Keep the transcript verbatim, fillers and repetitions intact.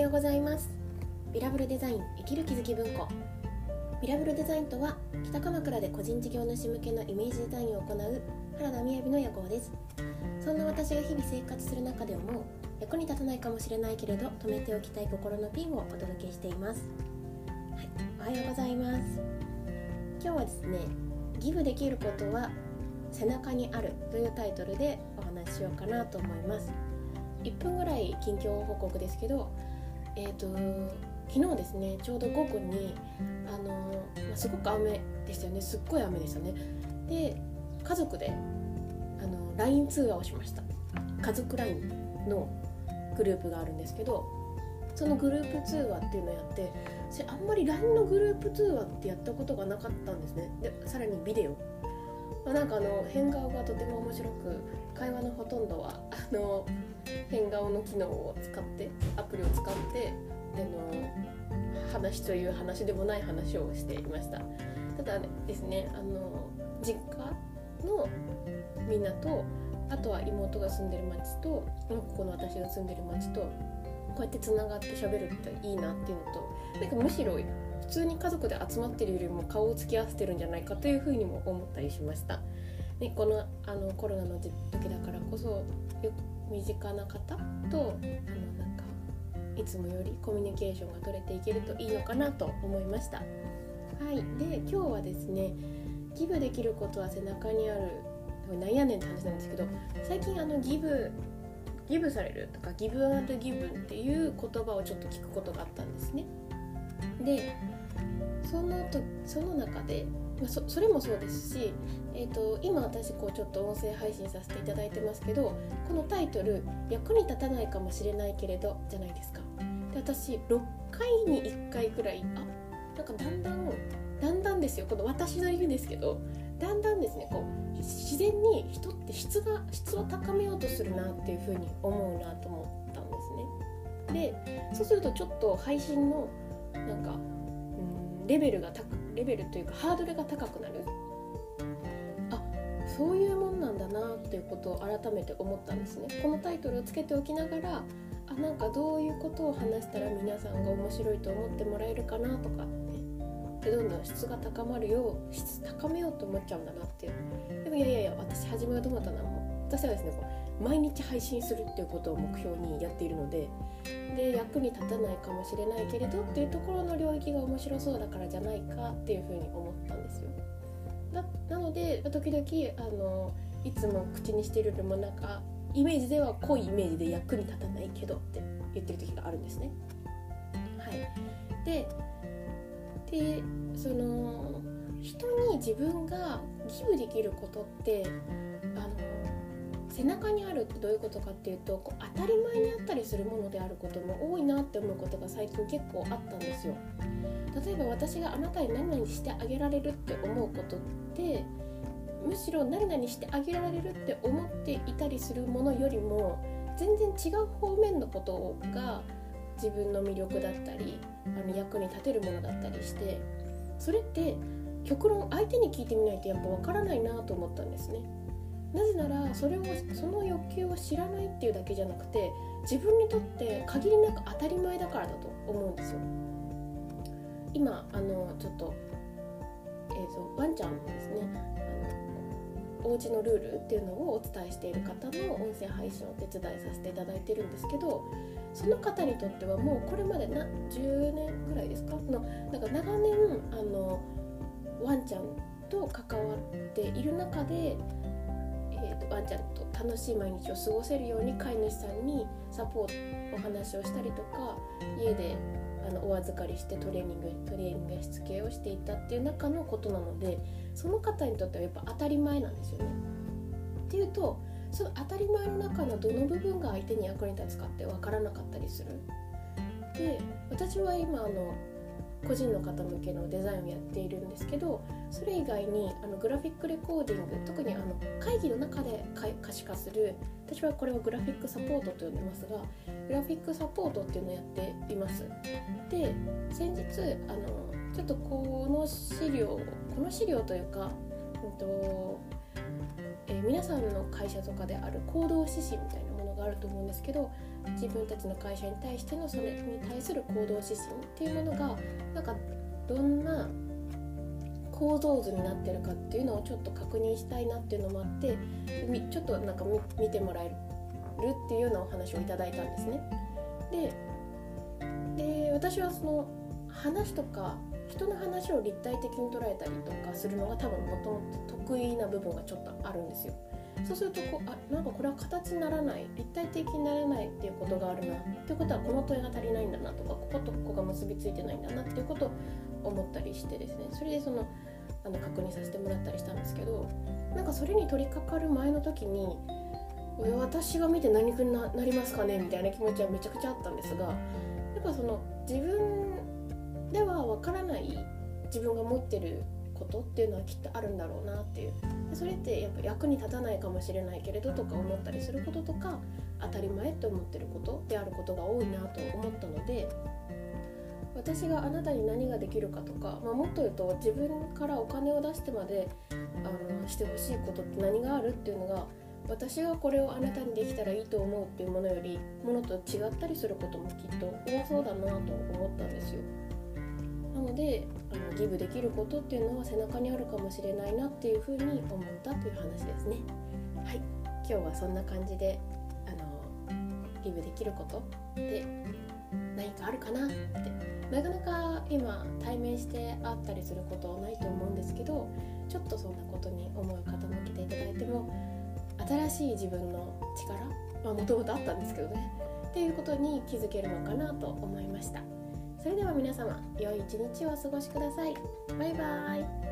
ようございます。ビラブルデザイン生きる気づき文庫。ビラブルデザインとは北鎌倉で個人事業主向けのイメージデザインを行う原田みやびの屋号です。そんな私が日々生活する中で思う役に立たないかもしれないけれど止めておきたい心のピンをお届けしています。はい、おはようございます。今日はですね、ギブできることは背中にあるというタイトルでお話ししようかなと思います。いっぷんぐらい近況報告ですけど、えーと昨日ですね、ちょうど午後にあの、まあ、すごく雨でしたよね。すっごい雨でしたね。で、家族であの ライン 通話をしました。家族 ライン のグループがあるんですけど、そのグループ通話っていうのをやって、あんまり ライン のグループ通話ってやったことがなかったんですね。で、さらにビデオ、まあ、なんかあの変顔がとても面白く、会話のほとんどはあの変顔の機能を使ってアプリを使ってあの話という話でもない話をしていました。ただですね、あの実家のみんなと、あとは妹が住んでる町と、ここの私が住んでる町とこうやってつながって喋るっていいなっていうのと、なんかむしろ普通に家族で集まってるよりも顔を突き合わせてるんじゃないかというふうにも思ったりしました。で、この、あのコロナの時だからこそよ身近な方とあのなんかいつもよりコミュニケーションが取れていけるといいのかなと思いました。はい。で、今日はですね、ギブできることは背中にある、なんやねんって話なんですけど、最近あのギブギブされるとかギブアンドギブっていう言葉をちょっと聞くことがあったんですね。で、そのとその中で、まあ、そ, それもそうですし、えーと、今私こうちょっと音声配信させていただいてますけど、このタイトル役に立たないかもしれないけれどじゃないですか。で、私ろっかいにいっかいくらい、あ、なんかだんだんだんだんですよ、この私の言うんですけど、だんだんですね、こう自然に人って質が質を高めようとするなっていう風に思うなと思ったんですね。で、そうするとちょっと配信のなんかうんレベルが高レベルというかハードルが高くなる。あ、そういうもんなんだなっていうことを改めて思ったんですね。このタイトルをつけておきながら、あ、なんかどういうことを話したら皆さんが面白いと思ってもらえるかなとかね、でどんどん質が高まるよう質高めようと思っちゃうんだなっていう。でもいやいやいや、私初めはどうだったのも私はですね、こう毎日配信するっていうことを目標にやっているので、で役に立たないかもしれないけれどっていうところの領域が面白そうだからじゃないかっていうふうに思ったんですよ。だなので時々あのいつも口にしているよりもなんかイメージでは濃いイメージで役に立たないけどって言ってる時があるんですね。はい。ででその人に自分がギブできることってあの背中にあるってどういうことかっていうと、こう当たり前にあったりするものであることも多いなって思うことが最近結構あったんですよ。例えば私があなたに何々してあげられるって思うことって、むしろ何々してあげられるって思っていたりするものよりも全然違う方面のことが自分の魅力だったりあの役に立てるものだったりして、それって極論相手に聞いてみないとやっぱ分からないなと思ったんですね。なぜならそれをその欲求を知らないっていうだけじゃなくて、自分にとって限りなく当たり前だからだと思うんですよ。今あのちょっと、えーと、ワンちゃんですね、あのお家のルールっていうのをお伝えしている方の音声配信をお手伝いさせていただいてるんですけど、その方にとってはもうこれまでなじゅうねんぐらいですかのなんか長年あのワンちゃんと関わっている中で、えーと、ワンちゃんと楽しい毎日を過ごせるように飼い主さんにサポートお話をしたりとか、家であのお預かりしてトレーニングトレーニングやしつけをしていたっていう中のことなので、その方にとってはやっぱ当たり前なんですよね。っていうと、その当たり前の中のどの部分が相手に役に立つかって分からなかったりする。で、私は今あの個人の方向けのデザインをやっているんですけど、それ以外にあのグラフィックレコーディング、特にあの会議の中で可視化する、私はこれをグラフィックサポートと呼んでますが、グラフィックサポートっていうのをやっています。で、先日あのちょっとこの資料この資料というか、うんとえー、皆さんの会社とかである行動指針みたいなものががあると思うんですけど、自分たちの会社に対してのそれに対する行動指針っていうものがなんかどんな構造図になってるかっていうのをちょっと確認したいなっていうのもあって、ちょっとなんか 見, 見てもらえるっていうようなお話をいただいたんですね。で, で私はその話とか人の話を立体的に捉えたりとかするのが多分もともと得意な部分がちょっとあるんですよ。そうするとこう、あ、なんかこれは形にならない、立体的にならないっていうことがあるなっていうことは、この問いが足りないんだなとか、こことここが結びついてないんだなっていうことを思ったりしてですね、それでそのあの確認させてもらったりしたんですけど、なんかそれに取り掛かる前の時に、私が見て何に な, なりますかねみたいな気持ちはめちゃくちゃあったんですが、やっぱその自分ではわからない自分が持ってることっていうのはきっとあるんだろうなっていう、それってやっぱ役に立たないかもしれないけれどとか思ったりすることとか、当たり前って思ってることであることが多いなと思ったので、私があなたに何ができるかとか、まあ、もっと言うと自分からお金を出してまであのしてほしいことって何があるっていうのが、私がこれをあなたにできたらいいと思うっていうものよりものと違ったりすることもきっと多そうだなと思ったんですよ。なのであのギブできることっていうのは背中にあるかもしれないなっていうふうに思ったという話ですね。はい、今日はそんな感じであのギブできることで何かあるかなって、なかなか今対面して会ったりすることはないと思うんですけど、ちょっとそんなことに思う方も来ていただいても、新しい自分の力、まあもともとあったんですけどねっていうことに気づけるのかなと思いました。それでは皆様、良い一日をお過ごしください。バイバイ。